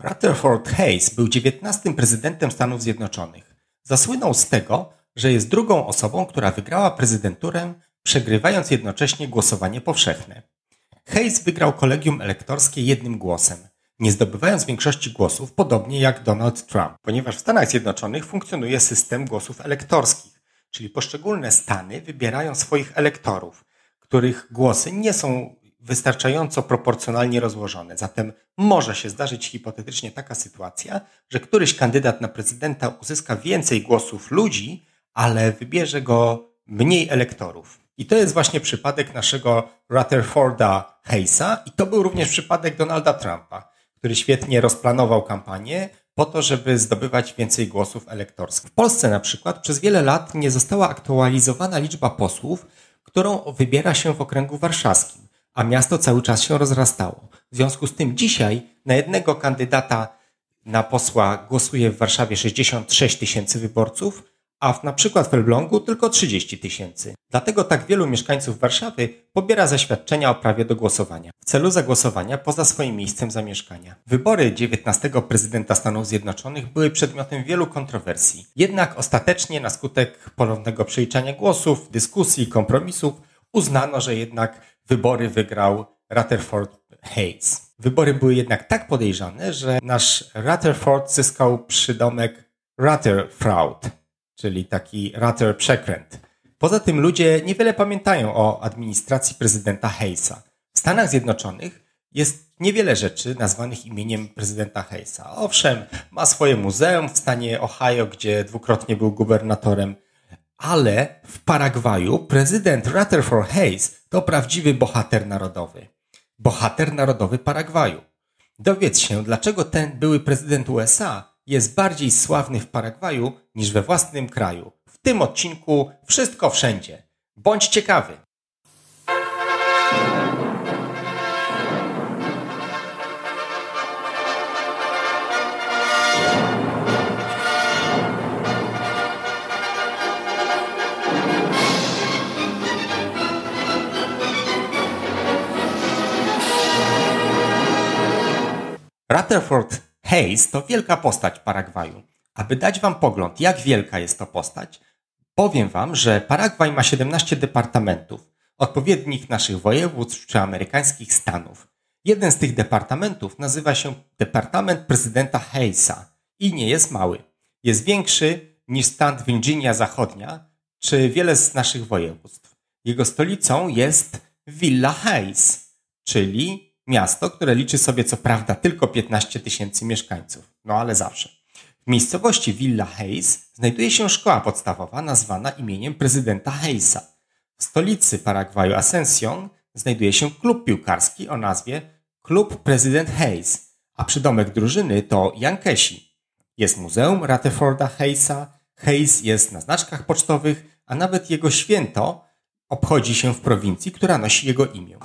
Rutherford Hayes był 19. prezydentem Stanów Zjednoczonych. Zasłynął z tego, że jest drugą osobą, która wygrała prezydenturę, przegrywając jednocześnie głosowanie powszechne. Hayes wygrał kolegium elektorskie jednym głosem, nie zdobywając większości głosów, podobnie jak Donald Trump, ponieważ w Stanach Zjednoczonych funkcjonuje system głosów elektorskich, czyli poszczególne stany wybierają swoich elektorów, których głosy nie są wystarczająco proporcjonalnie rozłożone. Zatem może się zdarzyć hipotetycznie taka sytuacja, że któryś kandydat na prezydenta uzyska więcej głosów ludzi, ale wybierze go mniej elektorów. I to jest właśnie przypadek naszego Rutherforda Hayesa i to był również przypadek Donalda Trumpa, który świetnie rozplanował kampanię po to, żeby zdobywać więcej głosów elektorskich. W Polsce na przykład przez wiele lat nie została aktualizowana liczba posłów, którą wybiera się w okręgu warszawskim, a miasto cały czas się rozrastało. W związku z tym dzisiaj na jednego kandydata na posła głosuje w Warszawie 66 tysięcy wyborców, a na przykład w Elblągu tylko 30 tysięcy. Dlatego tak wielu mieszkańców Warszawy pobiera zaświadczenia o prawie do głosowania w celu zagłosowania poza swoim miejscem zamieszkania. Wybory 19. prezydenta Stanów Zjednoczonych były przedmiotem wielu kontrowersji. Jednak ostatecznie na skutek ponownego przeliczania głosów, dyskusji i kompromisów uznano, że jednak wybory wygrał Rutherford Hayes. Wybory były jednak tak podejrzane, że nasz Rutherford zyskał przydomek Rutherfraud, czyli taki Ruther przekręt. Poza tym ludzie niewiele pamiętają o administracji prezydenta Hayesa. W Stanach Zjednoczonych jest niewiele rzeczy nazwanych imieniem prezydenta Hayesa. Owszem, ma swoje muzeum w stanie Ohio, gdzie dwukrotnie był gubernatorem, ale w Paragwaju prezydent Rutherford Hayes to prawdziwy bohater narodowy. Bohater narodowy Paragwaju. Dowiedz się, dlaczego ten były prezydent USA jest bardziej sławny w Paragwaju niż we własnym kraju. W tym odcinku wszystko wszędzie. Bądź ciekawy! Rutherford Hayes to wielka postać Paragwaju. Aby dać wam pogląd, jak wielka jest to postać, powiem wam, że Paragwaj ma 17 departamentów, odpowiednich naszych województw czy amerykańskich stanów. Jeden z tych departamentów nazywa się Departament Prezydenta Hayesa i nie jest mały. Jest większy niż stan Virginia Zachodnia czy wiele z naszych województw. Jego stolicą jest Villa Hayes, czyli miasto, które liczy sobie co prawda tylko 15 tysięcy mieszkańców, no ale zawsze. W miejscowości Villa Hayes znajduje się szkoła podstawowa nazwana imieniem prezydenta Hayesa. W stolicy Paragwaju Asunción znajduje się klub piłkarski o nazwie Klub Prezydent Hayes, a przydomek drużyny to Yankesi. Jest muzeum Rutherforda Hayesa, Hayes jest na znaczkach pocztowych, a nawet jego święto obchodzi się w prowincji, która nosi jego imię. W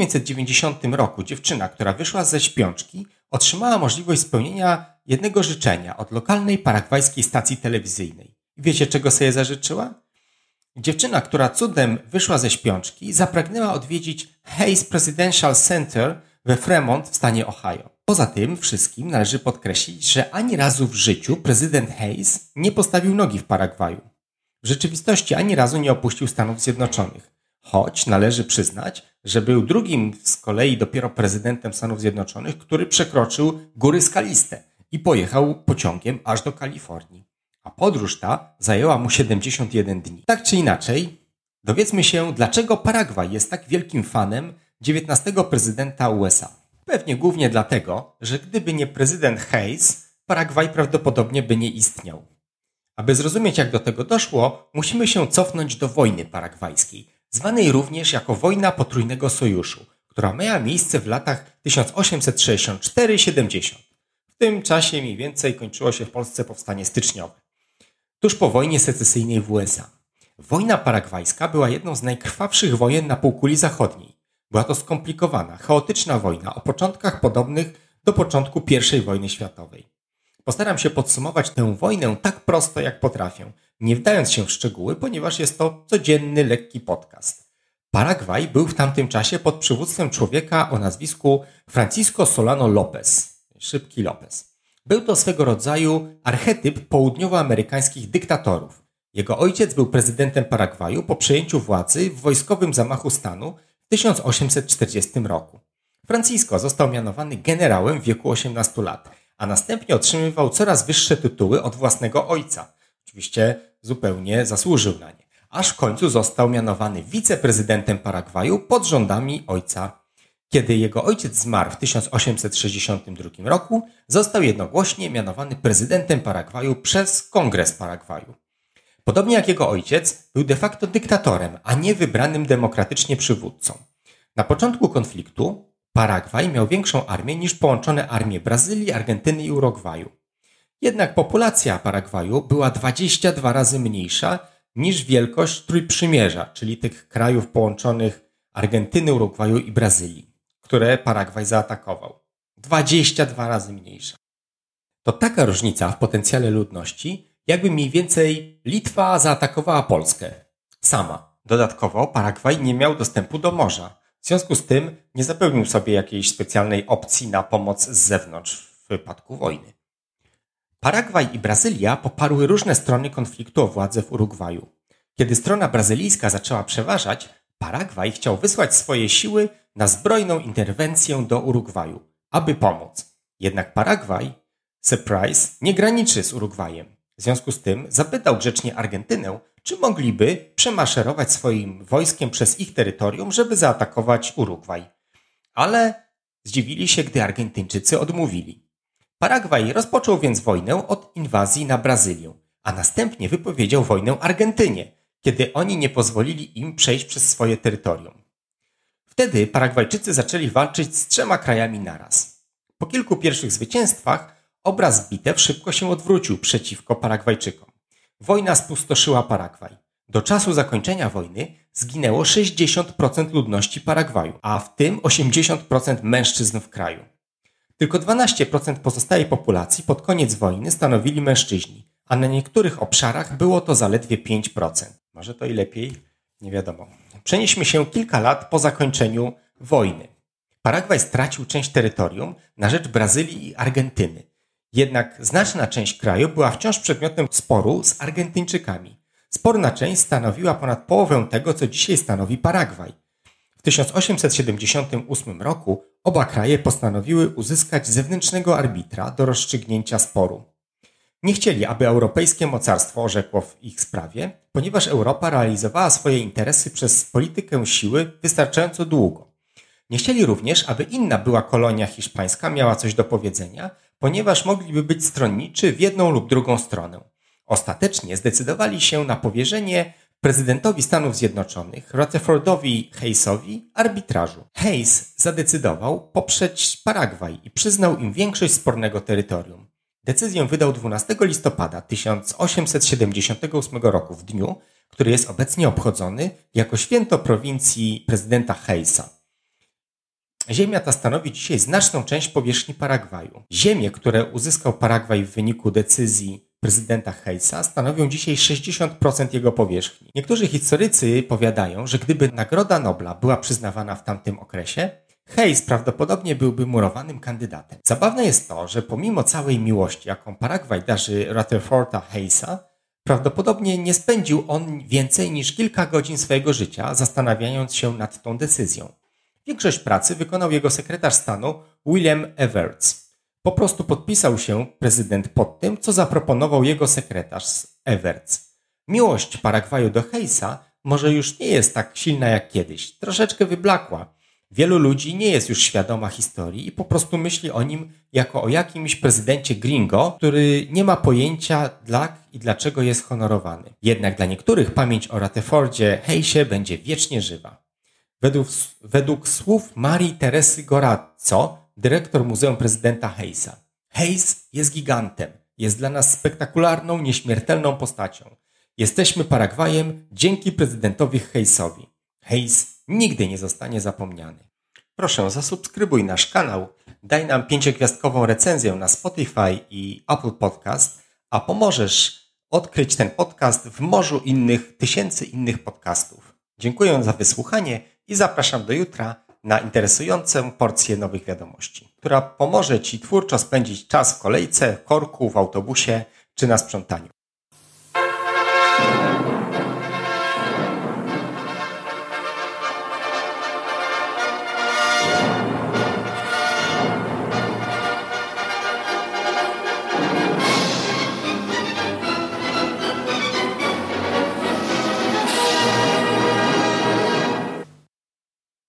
1990 roku dziewczyna, która wyszła ze śpiączki, otrzymała możliwość spełnienia jednego życzenia od lokalnej paragwajskiej stacji telewizyjnej. I wiecie, czego sobie zażyczyła? Dziewczyna, która cudem wyszła ze śpiączki, zapragnęła odwiedzić Hayes Presidential Center we Fremont w stanie Ohio. Poza tym wszystkim należy podkreślić, że ani razu w życiu prezydent Hayes nie postawił nogi w Paragwaju. W rzeczywistości ani razu nie opuścił Stanów Zjednoczonych, choć należy przyznać, że był drugim z kolei dopiero prezydentem Stanów Zjednoczonych, który przekroczył góry skaliste i pojechał pociągiem aż do Kalifornii. A podróż ta zajęła mu 71 dni. Tak czy inaczej, dowiedzmy się, dlaczego Paragwaj jest tak wielkim fanem 19. prezydenta USA. Pewnie głównie dlatego, że gdyby nie prezydent Hayes, Paragwaj prawdopodobnie by nie istniał. Aby zrozumieć, jak do tego doszło, musimy się cofnąć do wojny paragwajskiej, zwanej również jako Wojna Potrójnego Sojuszu, która miała miejsce w latach 1864-70. W tym czasie mniej więcej kończyło się w Polsce powstanie styczniowe. Tuż po wojnie secesyjnej w USA. Wojna paragwajska była jedną z najkrwawszych wojen na półkuli zachodniej. Była to skomplikowana, chaotyczna wojna o początkach podobnych do początku I wojny światowej. Postaram się podsumować tę wojnę tak prosto, jak potrafię, nie wdając się w szczegóły, ponieważ jest to codzienny, lekki podcast. Paragwaj był w tamtym czasie pod przywództwem człowieka o nazwisku Francisco Solano López. Szybki Lopez. Był to swego rodzaju archetyp południowoamerykańskich dyktatorów. Jego ojciec był prezydentem Paragwaju po przejęciu władzy w wojskowym zamachu stanu w 1840 roku. Francisco został mianowany generałem w wieku 18 lat, a następnie otrzymywał coraz wyższe tytuły od własnego ojca. Oczywiście zupełnie zasłużył na nie. Aż w końcu został mianowany wiceprezydentem Paragwaju pod rządami ojca. Kiedy jego ojciec zmarł w 1862 roku, został jednogłośnie mianowany prezydentem Paragwaju przez Kongres Paragwaju. Podobnie jak jego ojciec, był de facto dyktatorem, a nie wybranym demokratycznie przywódcą. Na początku konfliktu Paragwaj miał większą armię niż połączone armie Brazylii, Argentyny i Urugwaju. Jednak populacja Paragwaju była 22 razy mniejsza niż wielkość Trójprzymierza, czyli tych krajów połączonych Argentyny, Urugwaju i Brazylii, które Paragwaj zaatakował. 22 razy mniejsza. To taka różnica w potencjale ludności, jakby mniej więcej Litwa zaatakowała Polskę. Sama. Dodatkowo Paragwaj nie miał dostępu do morza. W związku z tym nie zapewnił sobie jakiejś specjalnej opcji na pomoc z zewnątrz w wypadku wojny. Paragwaj i Brazylia poparły różne strony konfliktu o władzę w Urugwaju. Kiedy strona brazylijska zaczęła przeważać, Paragwaj chciał wysłać swoje siły na zbrojną interwencję do Urugwaju, aby pomóc. Jednak Paragwaj, surprise, nie graniczy z Urugwajem. W związku z tym zapytał grzecznie Argentynę, czy mogliby przemaszerować swoim wojskiem przez ich terytorium, żeby zaatakować Urugwaj. Ale zdziwili się, gdy Argentyńczycy odmówili. Paragwaj rozpoczął więc wojnę od inwazji na Brazylię, a następnie wypowiedział wojnę Argentynie, kiedy oni nie pozwolili im przejść przez swoje terytorium. Wtedy Paragwajczycy zaczęli walczyć z 3 krajami naraz. Po kilku pierwszych zwycięstwach obraz bitew szybko się odwrócił przeciwko Paragwajczykom. Wojna spustoszyła Paragwaj. Do czasu zakończenia wojny zginęło 60% ludności Paragwaju, a w tym 80% mężczyzn w kraju. Tylko 12% pozostałej populacji pod koniec wojny stanowili mężczyźni, a na niektórych obszarach było to zaledwie 5%. Może to i lepiej? Nie wiadomo. Przenieśmy się kilka lat po zakończeniu wojny. Paragwaj stracił część terytorium na rzecz Brazylii i Argentyny. Jednak znaczna część kraju była wciąż przedmiotem sporu z Argentyńczykami. Sporna część stanowiła ponad połowę tego, co dzisiaj stanowi Paragwaj. W 1878 roku oba kraje postanowiły uzyskać zewnętrznego arbitra do rozstrzygnięcia sporu. Nie chcieli, aby europejskie mocarstwo orzekło w ich sprawie, ponieważ Europa realizowała swoje interesy przez politykę siły wystarczająco długo. Nie chcieli również, aby inna była kolonia hiszpańska miała coś do powiedzenia, ponieważ mogliby być stronniczy w jedną lub drugą stronę. Ostatecznie zdecydowali się na powierzenie prezydentowi Stanów Zjednoczonych, Rutherfordowi Hayesowi, arbitrażu. Hayes zadecydował poprzeć Paragwaj i przyznał im większość spornego terytorium. Decyzję wydał 12 listopada 1878 roku, w dniu, który jest obecnie obchodzony jako święto prowincji prezydenta Hayesa. Ziemia ta stanowi dzisiaj znaczną część powierzchni Paragwaju. Ziemie, które uzyskał Paragwaj w wyniku decyzji prezydenta Hayesa, stanowią dzisiaj 60% jego powierzchni. Niektórzy historycy powiadają, że gdyby Nagroda Nobla była przyznawana w tamtym okresie, Hayes prawdopodobnie byłby murowanym kandydatem. Zabawne jest to, że pomimo całej miłości, jaką Paragwaj darzy Rutherforda Hayesa, prawdopodobnie nie spędził on więcej niż kilka godzin swojego życia zastanawiając się nad tą decyzją. Większość pracy wykonał jego sekretarz stanu William Evarts. Po prostu podpisał się prezydent pod tym, co zaproponował jego sekretarz Evarts. Miłość Paragwaju do Hayesa może już nie jest tak silna jak kiedyś, troszeczkę wyblakła. Wielu ludzi nie jest już świadoma historii i po prostu myśli o nim jako o jakimś prezydencie gringo, który nie ma pojęcia i dlaczego jest honorowany. Jednak dla niektórych pamięć o Rutherfordzie Hayesie będzie wiecznie żywa. Według słów Marii Teresy Gorazzo, dyrektor Muzeum Prezydenta Hayesa, Hayes jest gigantem, jest dla nas spektakularną, nieśmiertelną postacią. Jesteśmy Paragwajem dzięki prezydentowi Hayesowi. Hayes nigdy nie zostanie zapomniany. Proszę, zasubskrybuj nasz kanał, daj nam 5-gwiazdkową recenzję na Spotify i Apple Podcast, a pomożesz odkryć ten podcast w morzu tysięcy innych podcastów. Dziękuję za wysłuchanie i zapraszam do jutra na interesującą porcję nowych wiadomości, która pomoże Ci twórczo spędzić czas w kolejce, korku, w autobusie czy na sprzątaniu.